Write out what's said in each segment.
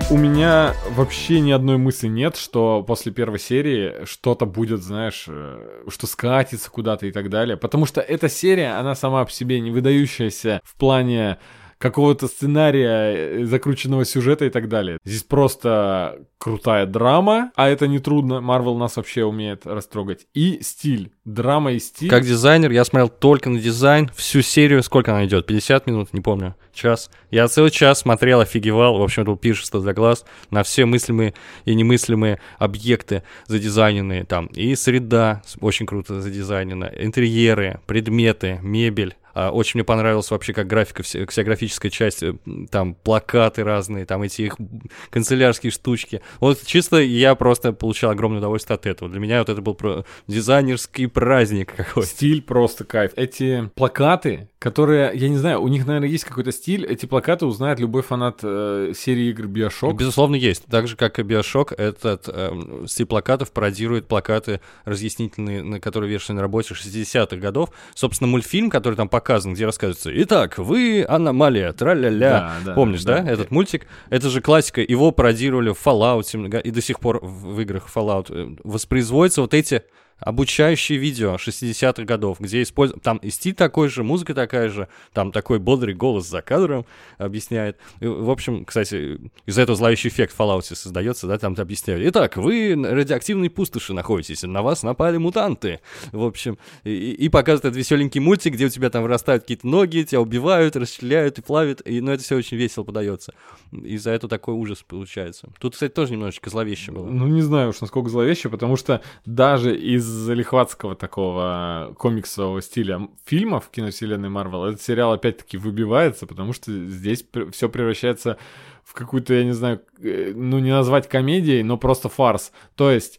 У меня вообще ни одной мысли нет, что после первой серии что-то будет, знаешь, что скатится куда-то и так далее. Потому что эта серия, она сама по себе не выдающаяся в плане какого-то сценария, закрученного сюжета и так далее. Здесь просто крутая драма, а это нетрудно. Марвел нас вообще умеет растрогать. И стиль. Драма и стиль. Как дизайнер я смотрел только на дизайн всю серию. Сколько она идет? 50 минут? Не помню. Час. Я целый час смотрел, офигевал. В общем, это был пиршество за глаз. На все мыслимые и немыслимые объекты задизайненные. Там и среда очень круто задизайнена. Интерьеры, предметы, мебель. Очень мне понравилась вообще как графика, вся графическая часть, там плакаты разные, там эти их канцелярские штучки. Вот чисто я просто получал огромное удовольствие от этого. Для меня вот это был дизайнерский праздник какой-то. Стиль просто кайф. Эти плакаты, которые, я не знаю, у них, наверное, есть какой-то стиль. Эти плакаты узнает любой фанат серии игр BioShock. Безусловно, есть. Так же, как и BioShock, этот стиль плакатов пародирует плакаты разъяснительные, на которые вешали на работе 60-х годов. Собственно, мультфильм, который там показан, где рассказывается: итак, вы аномалия, тра-ля-ля. Да, помнишь, да? Этот мультик? Это же классика. Его пародировали в Fallout, и до сих пор в играх Fallout воспроизводятся вот эти обучающие видео 60-х годов, где используют... Там и стиль такой же, музыка такая же, там такой бодрый голос за кадром объясняет. И, в общем, кстати, из-за этого зловещий эффект в Fallout создается, да, там-то объясняют. Итак, вы на радиоактивной пустоши находитесь, на вас напали мутанты. В общем, и показывают этот веселенький мультик, где у тебя там вырастают какие-то ноги, тебя убивают, расчленяют и плавят, но это все очень весело подается. Из-за этого такой ужас получается. Тут, кстати, тоже немножечко зловеще было. Ну, не знаю уж, насколько зловеще, потому что даже из залихватского такого комиксового стиля фильмов в киновселенной Марвел этот сериал опять-таки выбивается, потому что здесь все превращается в какую-то, я не знаю, ну не назвать комедией, но просто фарс. То есть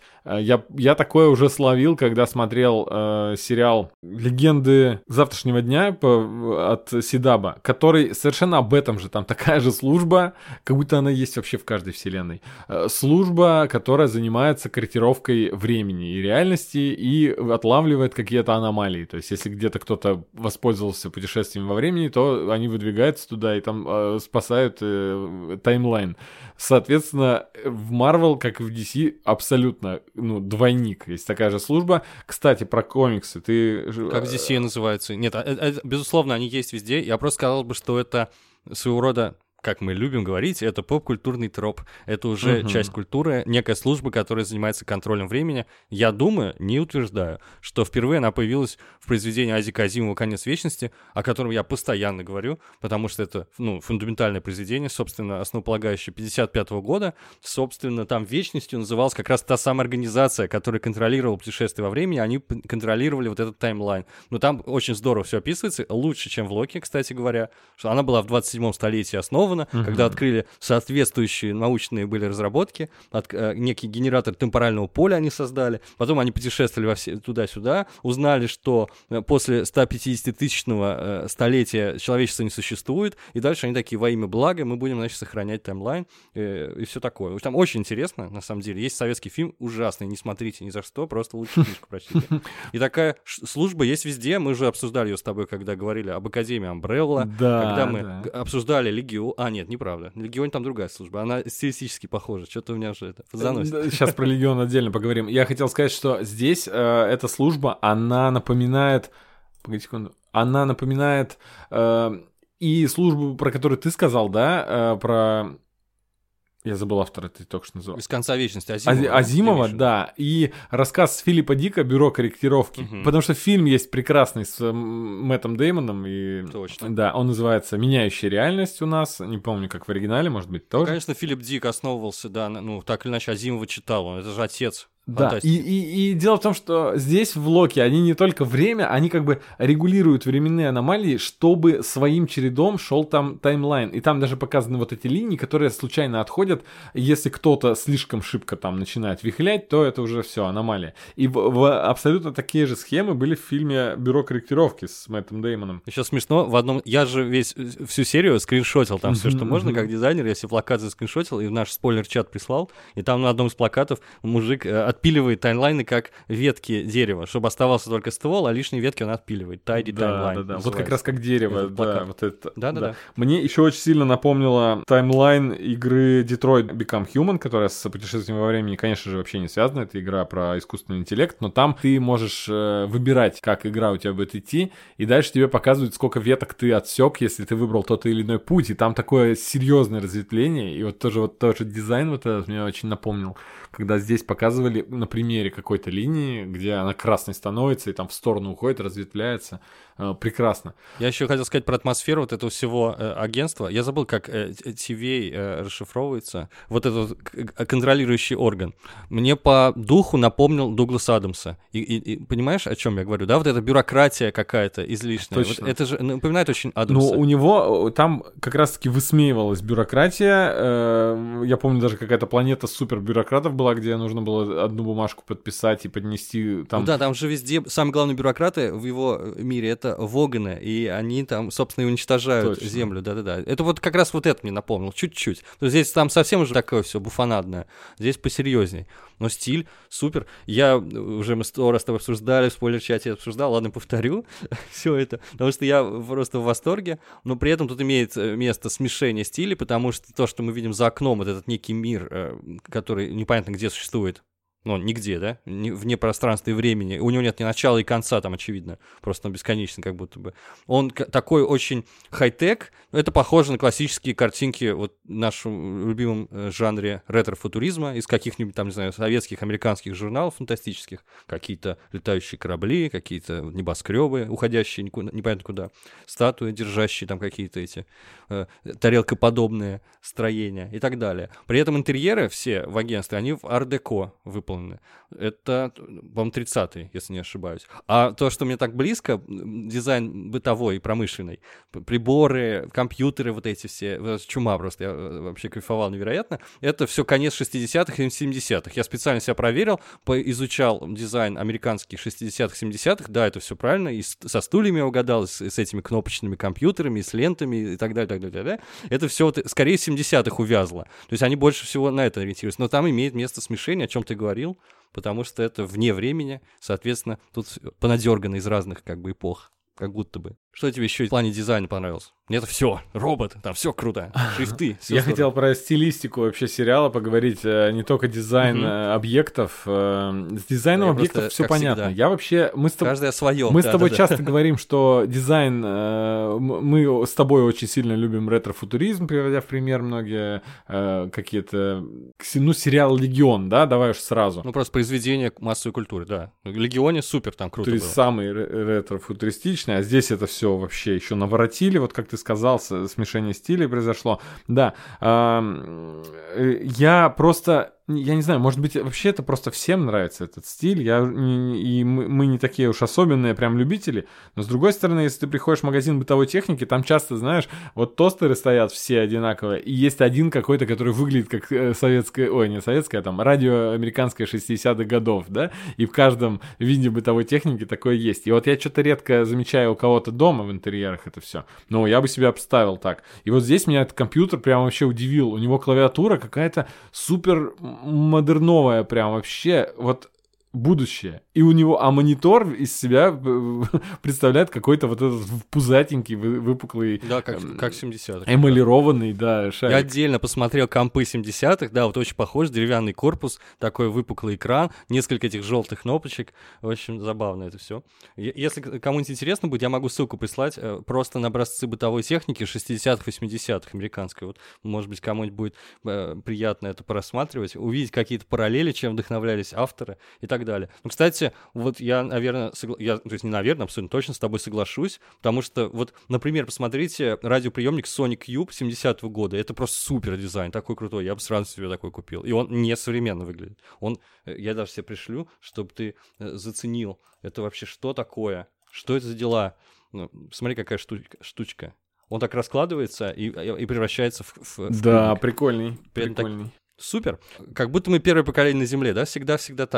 я такое уже словил, когда смотрел сериал «Легенды завтрашнего дня» от Сидаба, который совершенно об этом же. Там такая же служба, как будто она есть вообще в каждой вселенной. Служба, которая занимается корректировкой времени и реальности и отлавливает какие-то аномалии. То есть если где-то кто-то воспользовался путешествием во времени, то они выдвигаются туда и там спасают таймлайн. Соответственно, в Marvel, как и в DC, абсолютно, двойник. Есть такая же служба. Кстати, про комиксы. Ты... Как в DC называется? Нет, безусловно, они есть везде. Я просто сказал бы, что это своего рода, как мы любим говорить, это поп-культурный троп. Это уже часть культуры, некая служба, которая занимается контролем времени. Я думаю, не утверждаю, что впервые она появилась в произведении Айзека Азимова «Конец вечности», о котором я постоянно говорю, потому что это фундаментальное произведение, собственно, основополагающее 55-го года. Собственно, там вечностью называлась как раз та самая организация, которая контролировала путешествие во времени, они контролировали вот этот таймлайн. Но там очень здорово все описывается, лучше, чем в Локи, кстати говоря, что она была в 27-м столетии основана, когда открыли соответствующие научные были разработки, некий генератор темпорального поля они создали, потом они путешествовали туда-сюда, узнали, что после 150-тысячного столетия человечество не существует, и дальше они такие: во имя блага мы будем, значит, сохранять таймлайн и все такое. Там очень интересно, на самом деле. Есть советский фильм ужасный, не смотрите ни за что, просто лучше книжку прочтите. И такая служба есть везде, мы уже обсуждали ее с тобой, когда говорили об Академии Амбрелла, когда мы обсуждали Легион. Нет, неправда. На Легионе там другая служба. Она стилистически похожа. Что-то у меня уже это заносит. Сейчас про Легион отдельно поговорим. Я хотел сказать, что здесь эта служба, она напоминает... Погоди секунду. Она напоминает и службу, про которую ты сказал, да? Про... Я забыл автора, ты только что назвал. «Из конца вечности» Азимова, да. И рассказ Филиппа Дика «Бюро корректировки». Потому что фильм есть прекрасный с Мэттом Дэймоном. И... Точно. Да, он называется «Меняющая реальность» у нас. Не помню, как в оригинале, может быть, тоже. Конечно, Филипп Дик основывался, да, так или иначе Азимова читал. Он, это же отец. Да, и дело в том, что здесь в Локи они не только время, они как бы регулируют временные аномалии, чтобы своим чередом шел там таймлайн. И там даже показаны вот эти линии, которые случайно отходят. Если кто-то слишком шибко там начинает вихлять, то это уже все аномалия. И абсолютно такие же схемы были в фильме «Бюро корректировки» с Мэттом Дэймоном. Еще смешно, в одном... Я же всю серию скриншотил там все, что можно, как дизайнер. Я себе плакат заскриншотил и в наш спойлер-чат прислал. И там на одном из плакатов мужик отпиливает таймлайны как ветки дерева, чтобы оставался только ствол, а лишние ветки он отпиливает. Tidy timeline. Да. Вот как раз как дерево, да. Вот это. Да. Мне еще очень сильно напомнило таймлайн игры Detroit Become Human, которая с путешествием во времени, конечно же, вообще не связана. Это игра про искусственный интеллект, но там ты можешь выбирать, как игра у тебя будет идти, и дальше тебе показывают, сколько веток ты отсек, если ты выбрал тот или иной путь, и там такое серьезное разветвление, и вот тоже дизайн вот этот мне очень напомнил, когда здесь показывали на примере какой-то линии, где она красной становится, и там в сторону уходит, разветвляется. Прекрасно. Я еще хотел сказать про атмосферу вот этого всего агентства. Я забыл, как TVA расшифровывается. Вот этот контролирующий орган. Мне по духу напомнил Дугласа Адамса. И понимаешь, о чем я говорю? Да, вот эта бюрократия какая-то излишняя. Точно. Вот это же напоминает очень Адамса. Ну, у него там как раз-таки высмеивалась бюрократия. Я помню, даже какая-то планета супербюрократов была, где нужно было одну бумажку подписать и поднести там... Ну да, там же везде самые главные бюрократы в его мире — это воганы, и они там, собственно, и уничтожают землю, да-да-да. Это вот как раз вот это мне напомнил, чуть-чуть. То есть здесь там совсем уже такое все буфонадное, здесь посерьезней. Но стиль супер. Мы 100 раз с тобой обсуждали, в спойлер-чате обсуждал, ладно, повторю все это, потому что я просто в восторге, но при этом тут имеет место смешение стилей, потому что то, что мы видим за окном, вот этот некий мир, который непонятно где существует, ну, нигде, да, вне пространства и времени. У него нет ни начала и конца, там, очевидно. Просто он бесконечный, как будто бы. Он такой очень хай-тек. Это похоже на классические картинки вот в нашем любимом жанре ретро-футуризма из каких-нибудь, там, не знаю, советских, американских журналов фантастических. Какие-то летающие корабли, какие-то небоскребы, уходящие непонятно куда. Статуи, держащие там какие-то эти тарелкоподобные строения и так далее. При этом интерьеры все в агентстве, они в ар-деко выполнены. Это, по-моему, 30-е, если не ошибаюсь. А то, что мне так близко, дизайн бытовой и промышленный, приборы, компьютеры вот эти все, чума просто, я вообще кайфовал невероятно, это все конец 60-х и 70-х. Я специально себя проверил, изучал дизайн американских 60-х, 70-х, да, это все правильно, и со стульями я угадал, и с этими кнопочными компьютерами, и с лентами, и так далее, так далее, так далее. Это все вот, скорее, 70-х увязло. То есть они больше всего на это ориентируются. Но там имеет место смешение, о чем ты говорил, потому что это вне времени, соответственно, тут понадергано из разных как бы эпох, как будто бы. Что тебе еще в плане дизайна понравилось? Мне это все, робот, там все круто, шрифты. Я хотел про стилистику вообще сериала поговорить, не только дизайн объектов. С дизайном объектов все понятно. Я вообще, каждый о своем. Мы с тобой часто говорим, что дизайн, мы с тобой очень сильно любим ретро-футуризм, приводя в пример многие какие-то, ну, сериал «Легион», да, давай уж сразу. Ну, просто произведение массовой культуры, да. В «Легионе» супер, там круто было. То есть самый ретро-футуристичный, а здесь это все вообще еще наворотили, вот как ты сказал, смешение стилей произошло. Да, я не знаю, может быть, вообще это просто всем нравится этот стиль, и мы не такие уж особенные прям любители, но с другой стороны, если ты приходишь в магазин бытовой техники, там часто, знаешь, вот тостеры стоят все одинаковые, и есть один какой-то, который выглядит как радио американское 60-х годов, да, и в каждом виде бытовой техники такое есть. И вот я что-то редко замечаю у кого-то дома в интерьерах это все, но я бы себя обставил так. И вот здесь меня этот компьютер прям вообще удивил, у него клавиатура какая-то супер модерновая прям вообще, вот будущее. И у него, монитор из себя представляет какой-то вот этот пузатенький, выпуклый... Да, как 70-х. Эмалированный, да, шарик. Я отдельно посмотрел компы 70-х, да, вот очень похож, деревянный корпус, такой выпуклый экран, несколько этих желтых кнопочек, в общем, забавно это все. Если кому-нибудь интересно будет, я могу ссылку прислать просто на образцы бытовой техники 60-х, 80-х американской, вот, может быть, кому-нибудь будет приятно это просматривать, увидеть какие-то параллели, чем вдохновлялись авторы и так далее. Ну, кстати, вот я, наверное, то есть не наверное, абсолютно точно с тобой соглашусь, потому что вот, например, посмотрите радиоприемник Sony Cube 70-го года, это просто супер дизайн, такой крутой, я бы сразу себе такой купил, и он не современно выглядит. Я даже себе пришлю, чтобы ты заценил, это вообще что такое, что это за дела, смотри, какая штучка. Он так раскладывается и превращается в да, кубик. Прикольный. Супер. Как будто мы первое поколение на Земле, да? Всегда так вот.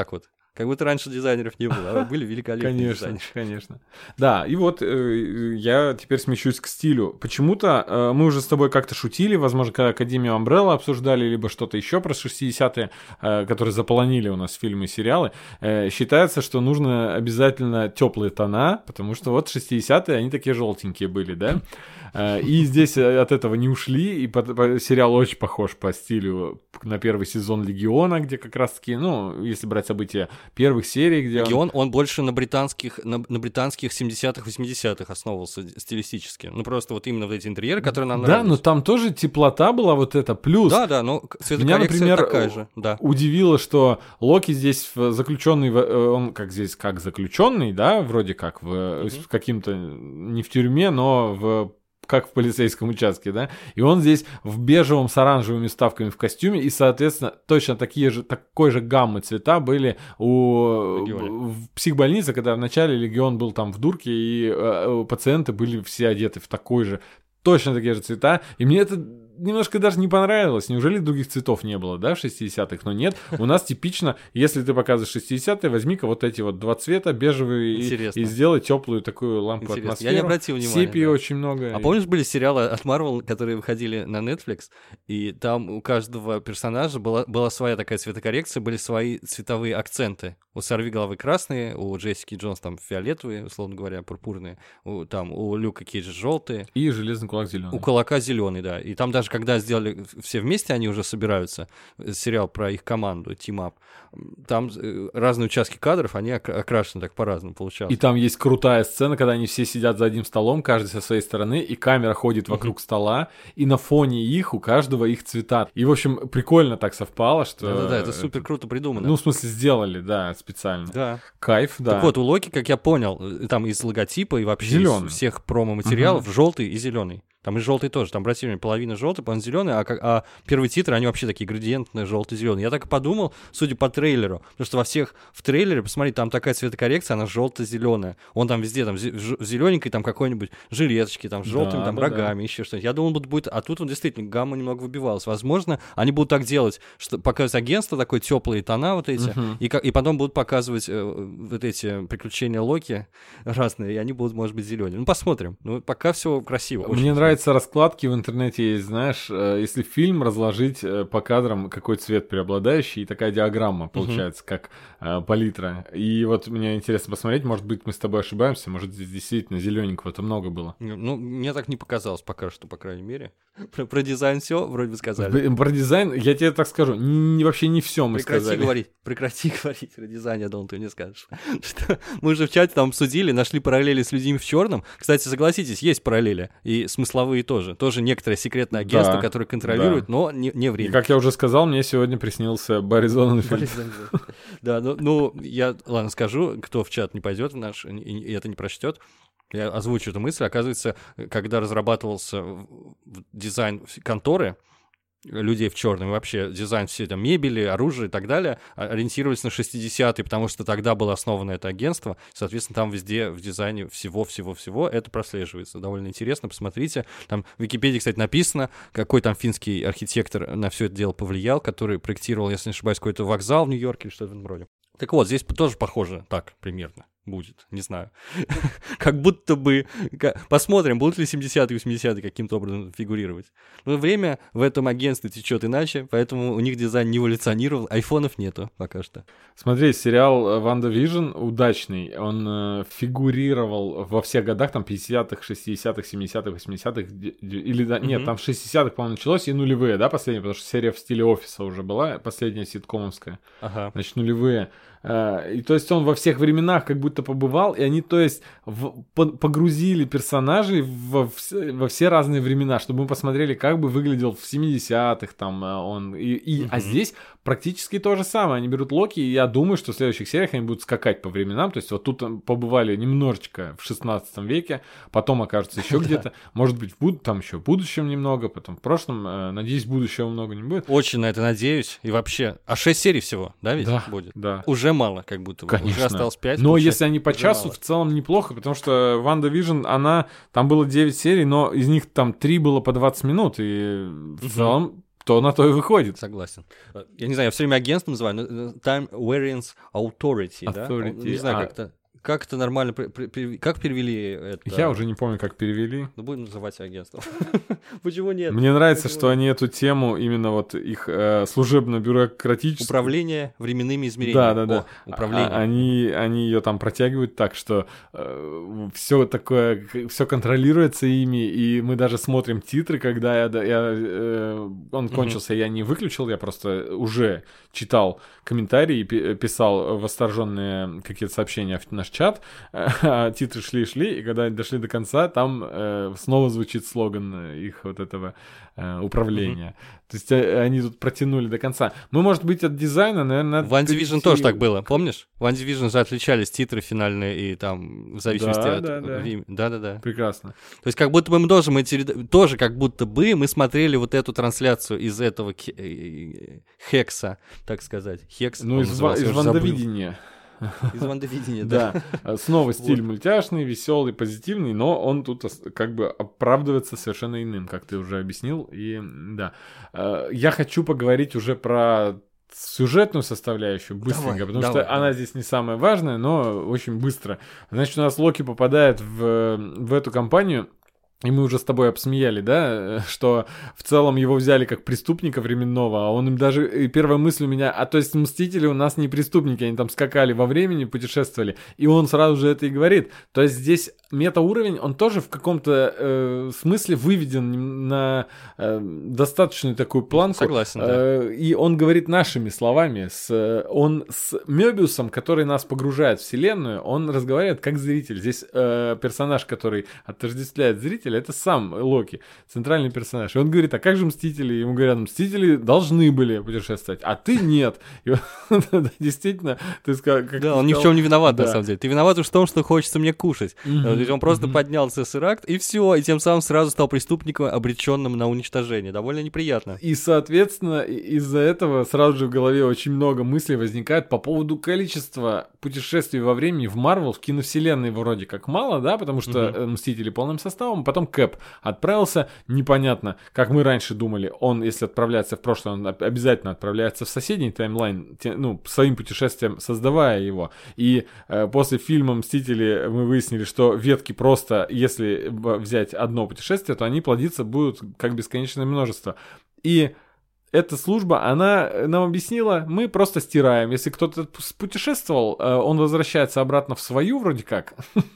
Как будто раньше дизайнеров не было, а были великолепные дизайнеры. Конечно. Да, и вот я теперь смещусь к стилю. Почему-то мы уже с тобой как-то шутили, возможно, когда Академию Umbrella обсуждали, либо что-то еще про 60-е, которые заполонили у нас фильмы и сериалы. Считается, что нужно обязательно теплые тона, потому что вот 60-е, они такие желтенькие были, да? И здесь от этого не ушли, и сериал очень похож по стилю на первый сезон «Легиона», где как раз-таки, ну, если брать события первых серий, где... «Легион», он больше на британских 70-х, 80-х основывался стилистически. Ну, просто вот именно вот эти интерьеры, которые нам нравились. Да, но там тоже теплота была вот эта, плюс... Да, но цветокоррекция меня, например, такая же, да. Удивило, что Локи здесь заключенный, он как здесь, как заключенный, да, вроде как, в каким-то, не в тюрьме, но как в полицейском участке, да, и он здесь в бежевом с оранжевыми вставками в костюме, и, соответственно, точно такой же гаммы цвета были в психбольнице, когда вначале Легион был там в дурке, и пациенты были все одеты в такой же, точно такие же цвета, и мне это немножко даже не понравилось. Неужели других цветов не было, да, в 60-х? Но нет, у нас типично, если ты показываешь 60-е, возьми-ка вот эти вот два цвета, бежевые, и сделай теплую такую лампу атмосферу. Я не обратил внимания. Сепии очень много. А помнишь, были сериалы от Marvel, которые выходили на Netflix, и там у каждого персонажа была своя такая цветокоррекция, были свои цветовые акценты. У Сорвиголовы красные, у Джессики Джонс там фиолетовые, условно говоря, пурпурные, у Люка Кейджа желтые. И Железный Кулак зеленый. У Кулака зеленый, да. И там даже когда сделали все вместе, они уже собираются, сериал про их команду, Team Up, там разные участки кадров, они окрашены так по-разному получалось. И там есть крутая сцена, когда они все сидят за одним столом, каждый со своей стороны, и камера ходит вокруг стола, и на фоне их, у каждого их цвета. И, в общем, прикольно так совпало, что... Да, это супер круто придумано. Ну, в смысле, сделали, да, специально. Да. Кайф, да. Так вот, у Локи, как я понял, там из логотипа и вообще из всех промо-материалов желтый и зеленый. Там и желтый тоже, там, обратите внимание, половина желтый, половина зеленый, а первые титры, они вообще такие градиентные, желтый-зеленый. Я так и подумал, судя по трейлеру, потому что в трейлере, посмотри, там такая цветокоррекция, она желто-зеленая. Он там везде, там зелененькой, там какой-нибудь жилеточки, там с желтыми, там рогами, еще что-нибудь. Я думал, будет, а тут он действительно гамма немного выбивалась. Возможно, они будут так делать, что показывать агентство, такое теплые тона вот эти, и потом будут показывать вот эти приключения Локи разные, и они будут, может быть, зеленые. Ну, посмотрим. Ну, пока все красиво. Мне нравятся раскладки в интернете есть, знаешь, если фильм разложить по кадрам, какой цвет преобладающий, и такая диаграмма получается, как палитра. И вот мне интересно посмотреть, может быть, мы с тобой ошибаемся, может, здесь действительно зелененького-то много было. Ну, мне так не показалось пока что, по крайней мере. Про дизайн все вроде бы сказали. Про дизайн, я тебе так скажу, вообще не все мы сказали. Прекрати говорить про дизайн, я думал, ты мне скажешь. Мы же в чате там обсудили, нашли параллели с «Людьми в черном». Кстати, согласитесь, есть параллели, и смысловые тоже. Тоже некоторое секретное агентство, которое контролирует, но не время. И как я уже сказал, мне сегодня приснился Борис Зоненфельд. Да, ну, я, ладно, скажу, кто в чат не пойдет наш, и это не прочтет. Я озвучу эту мысль. Оказывается, когда разрабатывался дизайн конторы, людей в черном, и вообще дизайн всей там мебели, оружия и так далее, ориентировались на 60-е, потому что тогда было основано это агентство, соответственно, там везде в дизайне всего это прослеживается. Довольно интересно, посмотрите. Там в Википедии, кстати, написано, какой там финский архитектор на все это дело повлиял, который проектировал, если не ошибаюсь, какой-то вокзал в Нью-Йорке или что-то в этом роде. Так вот, здесь тоже похоже так примерно будет, не знаю. Как будто бы... Посмотрим, будут ли 70-е и 80-е каким-то образом фигурировать. Но время в этом агентстве течет иначе, поэтому у них дизайн не эволюционировал, айфонов нету пока что. Смотри, сериал «WandaVision» удачный, он фигурировал во всех годах, там 50-х, 60-х, 70-х, 80-х, или нет, там в 60-х, по-моему, началось, и нулевые, да, последние, потому что серия в стиле «Офиса» уже была, последняя ситкомовская, значит, нулевые. И то есть он во всех временах как будто побывал, и они, то есть, погрузили персонажей во все разные времена, чтобы мы посмотрели, как бы выглядел в 70-х там он. А здесь практически то же самое. Они берут Локи, и я думаю, что в следующих сериях они будут скакать по временам. То есть вот тут побывали немножечко в 16 веке, потом окажется еще где-то. Может быть, там еще в будущем немного, потом в прошлом. Надеюсь, будущего много не будет. Очень на это надеюсь. И вообще, 6 серий всего, да, ведь будет? Да. Уже мало, как будто бы. Конечно. Уже осталось 5. Но если они по часу, в целом неплохо, потому что WandaVision, там было 9 серий, но из них там 3 было по 20 минут, и в целом кто на то и выходит. Согласен. Я не знаю, я все время агентство называю, но Time Variance Authority, да? Не знаю, как это нормально, как перевели это? Я уже не помню, как перевели. Ну, будем называть агентством. Почему нет? Мне нравится, что они эту тему, именно вот их служебно-бюрократическую... Управление временными измерениями. Да. Управление. Они ее там протягивают так, что все такое, все контролируется ими, и мы даже смотрим титры, когда он кончился, я не выключил, я просто уже читал комментарии и писал восторженные какие-то сообщения в наш чат, титры шли, и когда они дошли до конца, там снова звучит слоган их вот этого управления. То есть они тут протянули до конца. Мы, может быть, от дизайна, наверное... В One Division тоже так было, помнишь? В One Division же отличались титры финальные, и там в зависимости от... Да. Прекрасно. То есть как будто бы мы тоже как будто бы мы смотрели вот эту трансляцию из этого Хекса, так сказать. Хекс, ну, из Вандавидения. Из Вандавидения, да. Снова стиль мультяшный, веселый, позитивный, но он тут как бы оправдывается совершенно иным, как ты уже объяснил. И да, я хочу поговорить уже про сюжетную составляющую быстренько, потому что она здесь не самая важная, но очень быстро. Значит, у нас Локи попадает в эту компанию. И мы уже с тобой обсмеяли, да, что в целом его взяли как преступника временного, а он им даже... И первая мысль у меня, то есть Мстители у нас не преступники, они там скакали во времени, путешествовали, и он сразу же это и говорит. То есть здесь метауровень, он тоже в каком-то смысле выведен на достаточную такую планку. Согласен, да. И он говорит нашими словами, он с Мёбиусом, который нас погружает в вселенную, он разговаривает как зритель. Здесь персонаж, который отождествляет зрителя, это сам Локи, центральный персонаж. И он говорит, а как же Мстители? Ему говорят, Мстители должны были путешествовать, а ты нет. И действительно, ты сказал... Да, он ни в чем не виноват, на самом деле. Ты виноват в том, что хочется мне кушать. То есть он просто поднялся с Иракт, и все, и тем самым сразу стал преступником, обреченным на уничтожение. Довольно неприятно. И, соответственно, из-за этого сразу же в голове очень много мыслей возникает по поводу количества путешествий во времени в Марвел, в киновселенной вроде как мало, да, потому что Мстители полным составом, потом Кэп отправился, непонятно, как мы раньше думали, он, если отправляется в прошлое, он обязательно отправляется в соседний таймлайн, ну, своим путешествием создавая его. И после фильма «Мстители» мы выяснили, что ветки просто, если взять одно путешествие, то они плодиться будут как бесконечное множество. И эта служба, она нам объяснила, мы просто стираем. Если кто-то путешествовал, он возвращается обратно в свою вроде как,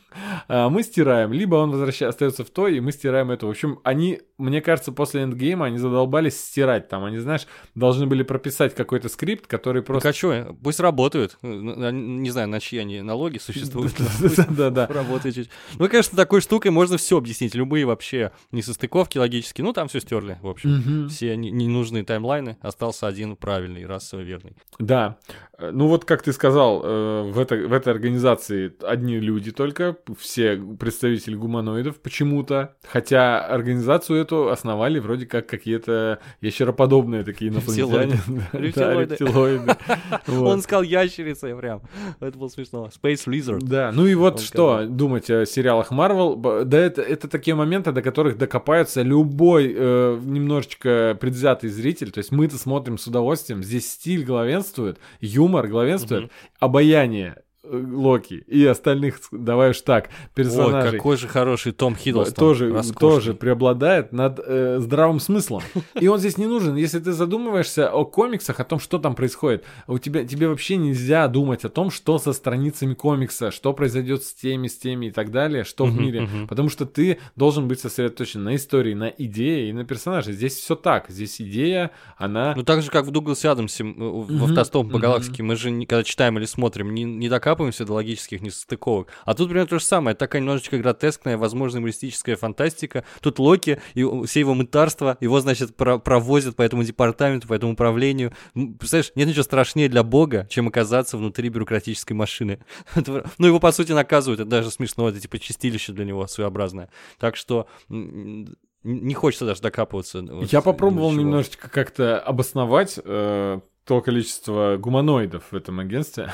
мы стираем. Либо он остается в той, и мы стираем это. В общем, они, мне кажется, после эндгейма они задолбались стирать там. Они, знаешь, должны были прописать какой-то скрипт, который просто... Так а что? Пусть работают. Не знаю, на чьи они налоги существуют. Да. Работают. Ну, конечно, такой штукой можно все объяснить. Любые вообще несостыковки логические. Ну, там все стерли, в общем. Все ненужные таймлайны. Остался один правильный, расово верный. Да. Ну, вот как ты сказал, в этой организации одни люди только, все представители гуманоидов почему-то, хотя организацию эту основали вроде как какие-то ящероподобные такие инопланетяне. Рептилоиды. Он сказал ящерица прям. Это было смешно. Space Lizard. Да, ну и вот что думать о сериалах Marvel. Да, это такие моменты, до которых докопается любой немножечко предвзятый зритель. То есть мы-то смотрим с удовольствием. Здесь стиль главенствует, юмор главенствует, обаяние Локи и остальных, давай уж так, персонажей. Ой, какой же хороший Том Хиддлстон. Тоже преобладает над здравым смыслом. И он здесь не нужен. Если ты задумываешься о комиксах, о том, что там происходит, тебе вообще нельзя думать о том, что со страницами комикса, что произойдет с теми и так далее, что в мире. Потому что ты должен быть сосредоточен на истории, на идее и на персонаже. Здесь все так. Здесь идея, она... Ну, так же, как в Дугласе Адамсе, в «Автостопом по галактике», мы же, когда читаем или смотрим, не докапываемся до логических несостыковок. А тут, примерно, то же самое. Такая немножечко гротескная, возможно, юмористическая фантастика. Тут Локи и все его мытарства, его, значит, провозят по этому департаменту, по этому управлению. Представляешь, нет ничего страшнее для бога, чем оказаться внутри бюрократической машины. Ну, его, по сути, наказывают. Это даже смешно. Это, типа, чистилище для него своеобразное. Так что... Не хочется даже докапываться. Я попробовал немножечко как-то обосновать то количество гуманоидов в этом агентстве.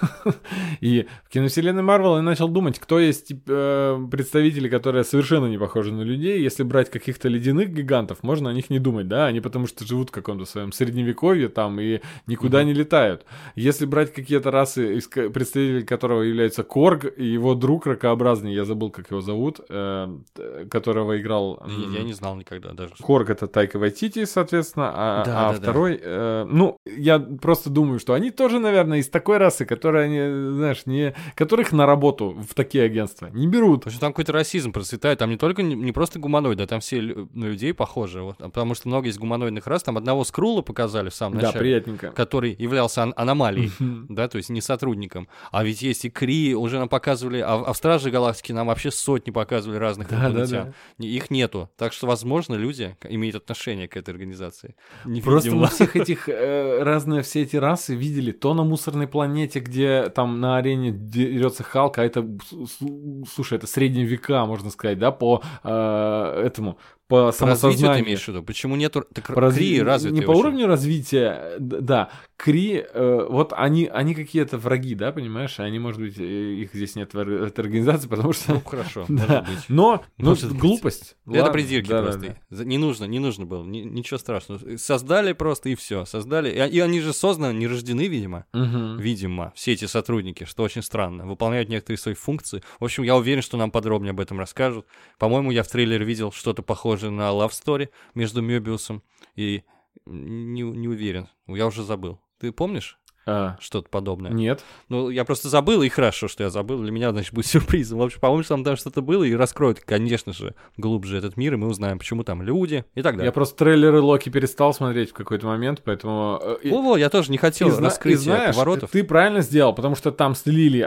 И в киновселенной Марвел я начал думать, кто есть представители, которые совершенно не похожи на людей. Если брать каких-то ледяных гигантов, можно о них не думать, да? Они потому что живут в каком-то своем средневековье там и никуда не летают. Если брать какие-то расы, представитель которого является Корг и его друг ракообразный, я забыл, как его зовут, которого играл... Я не знал никогда даже. Корг — это Тайка Вайтити, соответственно, а второй... я просто думаю, что они тоже, наверное, из такой расы, которая, знаешь, которых на работу в такие агентства не берут. Потому что там какой-то расизм процветает, там не просто гуманоиды, а там все на людей похожи. Вот, потому что много из гуманоидных рас, там одного Скрула показали в самом начале. Да, приятненько. Который являлся аномалией, да, то есть не сотрудником. А ведь есть и Кри, уже нам показывали, а в Страже Галактики нам вообще сотни показывали разных инопланетян. Их нету. Так что, возможно, люди имеют отношение к этой организации. Просто мы всех этих разные все эти расы видели то на мусорной планете, где там на арене дерется Халк, а это, слушай, это средние века, можно сказать, да, по этому, по самосознанию. Ты имеешь в виду? Почему нету Кри развитые? Не по уровню развития, да. Кри, вот они какие-то враги, да, понимаешь? Они, может быть, их здесь нет в этой организации, потому что... Ну, хорошо, да. может быть. Но глупость. Это придирки просто. Да. Не нужно было, ничего страшного. Создали просто и все. Создали. И они же созданы, не рождены, видимо. Видимо, все эти сотрудники, что очень странно. Выполняют некоторые свои функции. В общем, я уверен, что нам подробнее об этом расскажут. По-моему, я в трейлере видел что-то похожее на Love Story между Мёбиусом и... Не уверен. Я уже забыл. Ты помнишь? Что-то подобное? Нет. Ну, я просто забыл, и хорошо, что я забыл. Для меня, значит, будет сюрпризом. В общем, по-моему, там что-то было, и раскроют, конечно же, глубже этот мир, и мы узнаем, почему там люди и так далее. Я просто трейлеры Локи перестал смотреть в какой-то момент, поэтому... Я тоже не хотел раскрытия поворотов. Ты правильно сделал, потому что там слили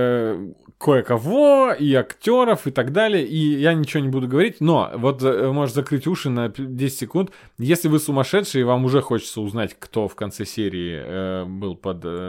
кое-кого, и актеров, и так далее, и я ничего не буду говорить, но вот можешь закрыть уши на 10 секунд. Если вы сумасшедшие, и вам уже хочется узнать, кто в конце серии был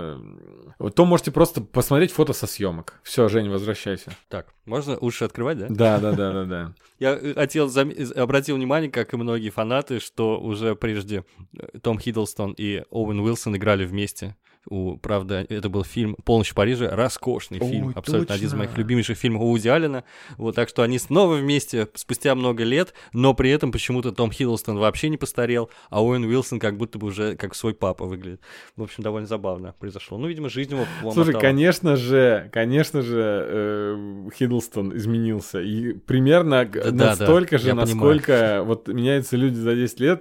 то можете просто посмотреть фото со съемок. Все, Жень, возвращайся. Так, можно уши открывать, да? Да. Я обратил внимание, как и многие фанаты, что уже прежде Том Хиддлстон и Оуэн Уилсон играли вместе. Правда, это был фильм «Полночь в Париже», роскошный фильм, абсолютно один из моих любимейших фильмов Вуди Аллена. Вот, так что они снова вместе спустя много лет, но при этом почему-то Том Хиддлстон вообще не постарел, а Оуэн Уилсон как будто бы уже как свой папа выглядит. В общем, довольно забавно произошло. Ну, видимо, жизнь его Слушай, конечно же, Хиддлстон изменился. И примерно настолько же, насколько вот меняются люди за 10 лет,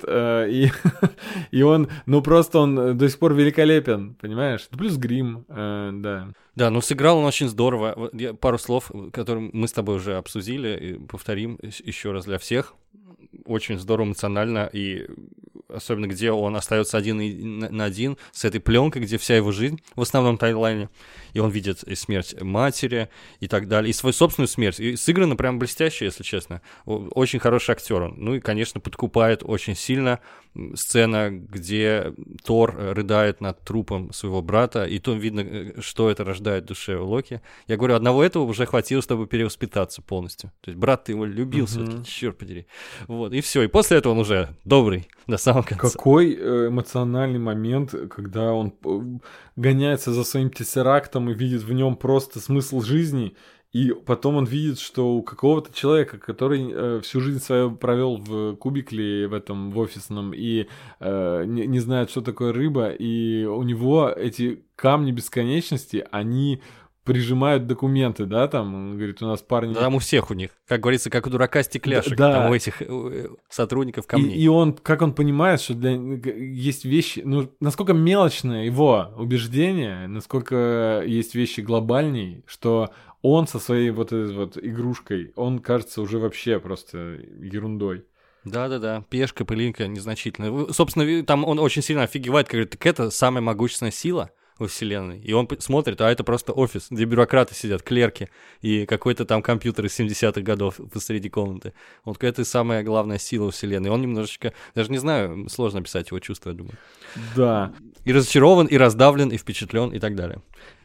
и он, просто он до сих пор великолепен, понимаешь? Плюс грим, да. Да, сыграл он очень здорово. Пару слов, которые мы с тобой уже обсудили, и повторим еще раз для всех. Очень здорово, эмоционально, и особенно где он остается один на один с этой пленкой, где вся его жизнь в основном таймлайне, и он видит и смерть матери и так далее, и свою собственную смерть. И сыграно прям блестяще, если честно. Очень хороший актер он. Ну и, конечно, подкупает очень сильно сцена, где Тор рыдает над трупом своего брата, и то видно, что это рождает в душе у Локи. Я говорю, одного этого уже хватило, чтобы перевоспитаться полностью. То есть брат-то его любил все-таки, черт подери. Вот, и все. И после этого он уже добрый до самого конца. Какой эмоциональный момент, когда он гоняется за своим тессерактом и видит в нем просто смысл жизни, и потом он видит, что у какого-то человека, который всю жизнь свою провел в кубикле в офисном, и не знает, что такое рыба, и у него эти камни бесконечности, они прижимают документы, да, там, он говорит, у нас парни... Да, там у всех у них, как говорится, как у дурака стекляшек, да. Там у этих сотрудников камней. И он, как он понимает, что есть вещи, насколько мелочное его убеждение, насколько есть вещи глобальней, что он со своей вот этой вот игрушкой, он кажется уже вообще просто ерундой. Да-да-да, пешка, пылинка незначительная. Собственно, там он очень сильно офигевает, говорит, так это самая могущественная сила во вселенной. И он смотрит, а это просто офис, где бюрократы сидят, клерки, и какой-то там компьютер из 70-х годов посреди комнаты. Вот это самая главная сила во вселенной. Он немножечко, даже не знаю, сложно описать его чувства, я думаю. Да. И разочарован, и раздавлен, и впечатлен, и так далее.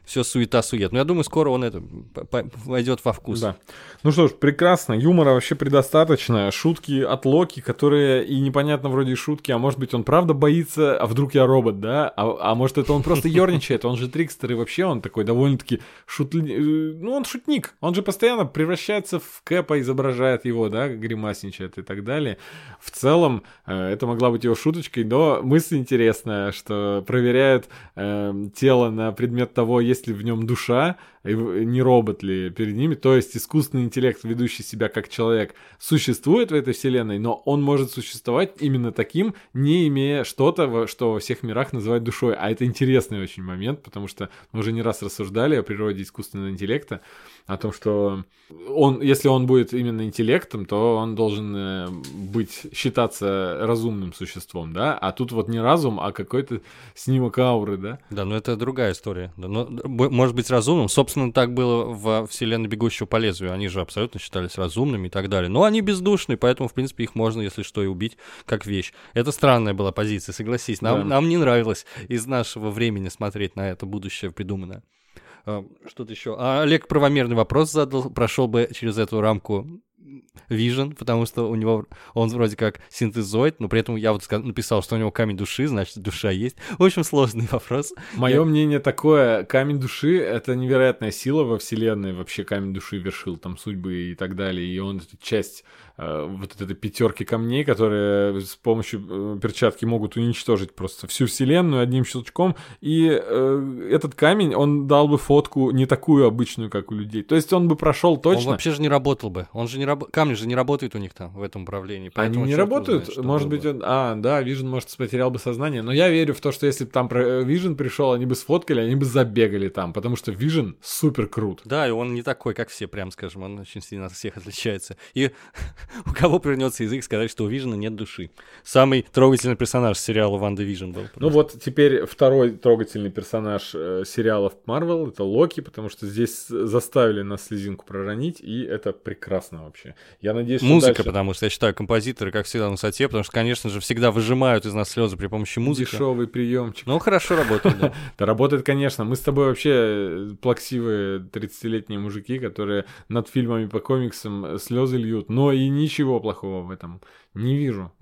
все суета-сует. Но я думаю, скоро он войдет во вкус. Да. Ну что ж, прекрасно. Юмора вообще предостаточно. Шутки от Локи, которые и непонятно вроде шутки, а может быть он правда боится, а вдруг я робот, да? А может это он просто ерничает, он же трикстер, и вообще он такой довольно-таки ну он шутник. Он же постоянно превращается в Кэпа, изображает его, да, гримасничает и так далее. В целом, это могла быть его шуточкой, но мысль интересная, что проверяют тело на предмет того, есть ли в нем душа, не робот ли перед ними, то есть искусственный интеллект, ведущий себя как человек, существует в этой вселенной, но он может существовать именно таким, не имея что-то, что во всех мирах называют душой. А это интересный очень момент, потому что мы уже не раз рассуждали о природе искусственного интеллекта, о том, что если он будет именно интеллектом, то он должен считаться разумным существом, да, а тут вот не разум, а какой-то снимок ауры, да. Да, но это другая история. Да, но, может быть разумным. Собственно, так было во вселенной «Бегущего по лезвию». Они же абсолютно считались разумными и так далее. Но они бездушные, поэтому, в принципе, их можно, если что, и убить как вещь. Это странная была позиция, согласись. Нам не нравилось из нашего времени смотреть на это будущее придуманное. Что-то еще. Олег правомерный вопрос задал, прошел бы через эту рамку Vision, потому что у него он вроде как синтезоид, но при этом я вот написал, что у него камень души, значит, душа есть. В общем, сложный вопрос. Мое мнение такое, камень души — это невероятная сила во вселенной, вообще камень души вершил там судьбы и так далее, и он эту часть вот этой пятерки камней, которые с помощью перчатки могут уничтожить просто всю вселенную одним щелчком, и этот камень, он дал бы фотку не такую обычную, как у людей. То есть он бы прошел точно. Он вообще же не работал бы. Он же не камни же не работают у них там в этом управлении. Они не работают? Знает, может быть, он... да, Vision, может, потерял бы сознание. Но я верю в то, что если бы там Vision пришел, они бы сфоткали, они бы забегали там, потому что Vision супер крут. Да, и он не такой, как все, прям скажем. Он очень сильно от всех отличается. И у кого повернется язык сказать, что у Vision нет души. Самый трогательный персонаж сериала «Ванда Vision» был. Ну вот теперь второй трогательный персонаж сериалов Marvel — это Локи, потому что здесь заставили нас слезинку проронить, и это прекрасно вообще. Я надеюсь, что музыка, дальше... потому что я считаю, композиторы, как всегда, на высоте, потому что, конечно же, всегда выжимают из нас слезы при помощи музыки. Дешевый приемчик. Ну, хорошо работает, да. Да, работает, конечно. Мы с тобой вообще плаксивые 30-летние мужики, которые над фильмами по комиксам слезы льют, но и ничего плохого в этом не вижу.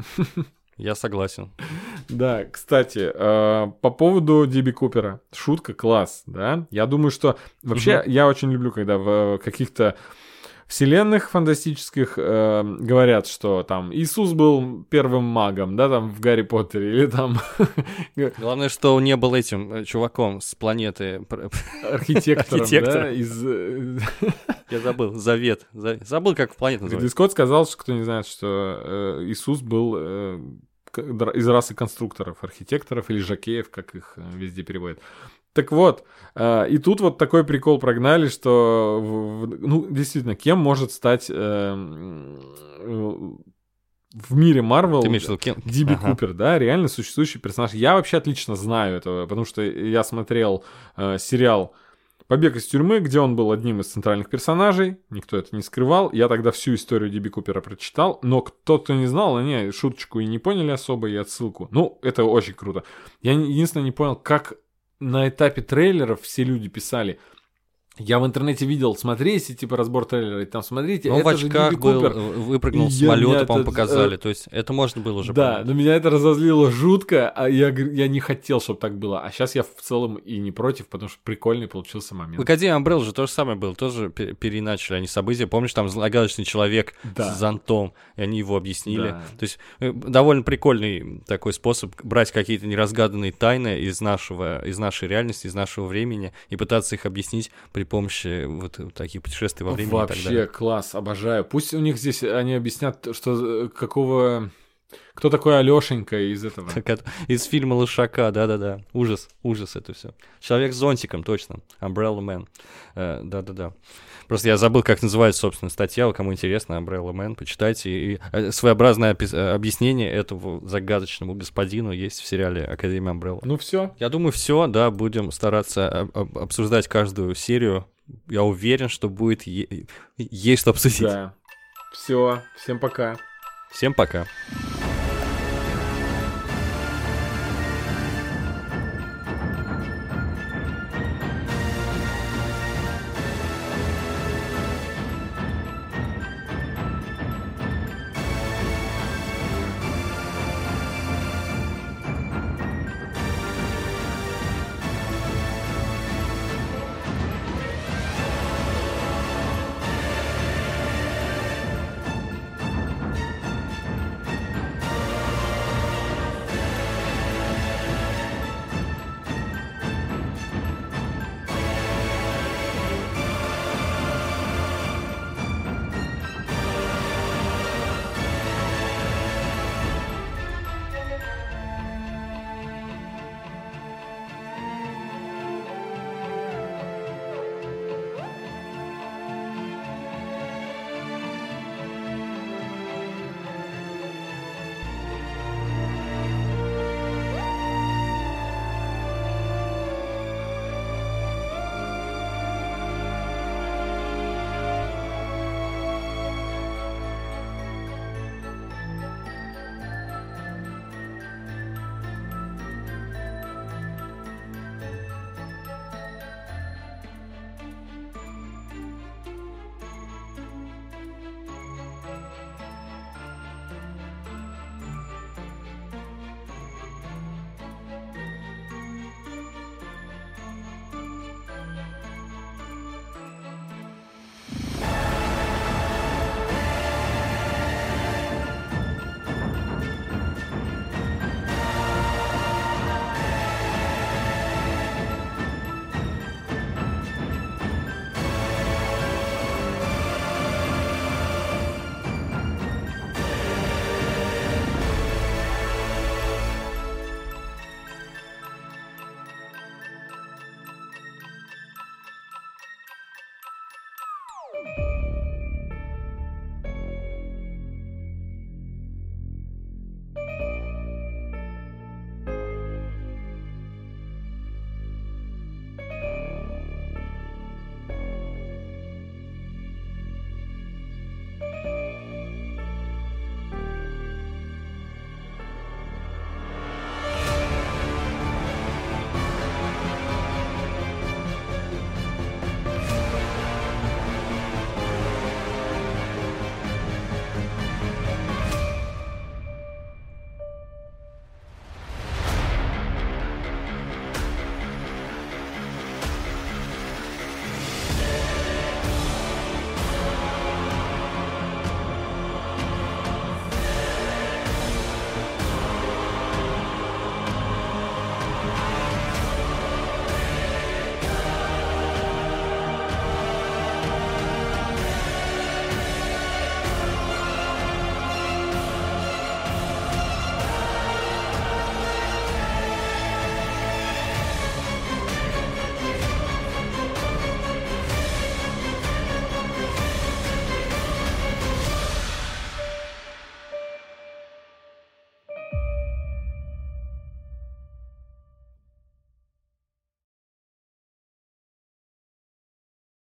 Я согласен. Да, кстати, по поводу Диби Купера. Шутка класс, да? Я думаю, что... Вообще, я очень люблю, когда в каких-то вселенных фантастических говорят, что там Иисус был первым магом, да, там в Гарри Поттере, или там... Главное, что он не был этим чуваком с планеты... Архитектором, да, из... Я забыл, Завет. Забыл, как планета называется. Ридли Скотт сказал, что кто не знает, что Иисус был из расы конструкторов, архитекторов или жокеев, как их везде переводят. Так вот, и тут вот такой прикол прогнали, что, ну, действительно, кем может стать в мире Марвел Диби Купер, да, реально существующий персонаж. Я вообще отлично знаю этого, потому что я смотрел сериал «Побег из тюрьмы», где он был одним из центральных персонажей, никто это не скрывал. Я тогда всю историю Диби Купера прочитал, но кто не знал, они шуточку и не поняли особо, и отсылку. Ну, это очень круто. Я единственное не понял, как на этапе трейлеров все люди писали. Я в интернете видел, смотрите, типа, разбор трейлера, и там, смотрите, это в же Диби Купер. Выпрыгнул с самолета, по-моему, показали. То есть это можно было уже понять. Да, но меня это разозлило жутко, а я не хотел, чтобы так было. А сейчас я в целом и не против, потому что прикольный получился момент. В Академии Umbrella же то же самое было, тоже переначали они события. Помнишь, там загадочный человек с зонтом, и они его объяснили. Да. То есть довольно прикольный такой способ брать какие-то неразгаданные тайны из нашей реальности, из нашего времени, и пытаться их объяснить при помощи вот таких путешествий во времени. Вообще и так далее. Класс, обожаю. Пусть у них здесь они объяснят, что кто такой Алёшенька из этого. Из фильма «Лошака», да-да-да. Ужас это все. Человек с зонтиком, точно. Umbrella Man. Да-да-да. Просто я забыл, как называется, собственно, статья. Кому интересно, Umbrella Man, почитайте. И своеобразное объяснение этому загадочному господину есть в сериале «Академия Umbrella». Ну все. Я думаю, все, да, будем стараться обсуждать каждую серию. Я уверен, что будет есть что обсудить. Да. Все, всем пока. Всем пока.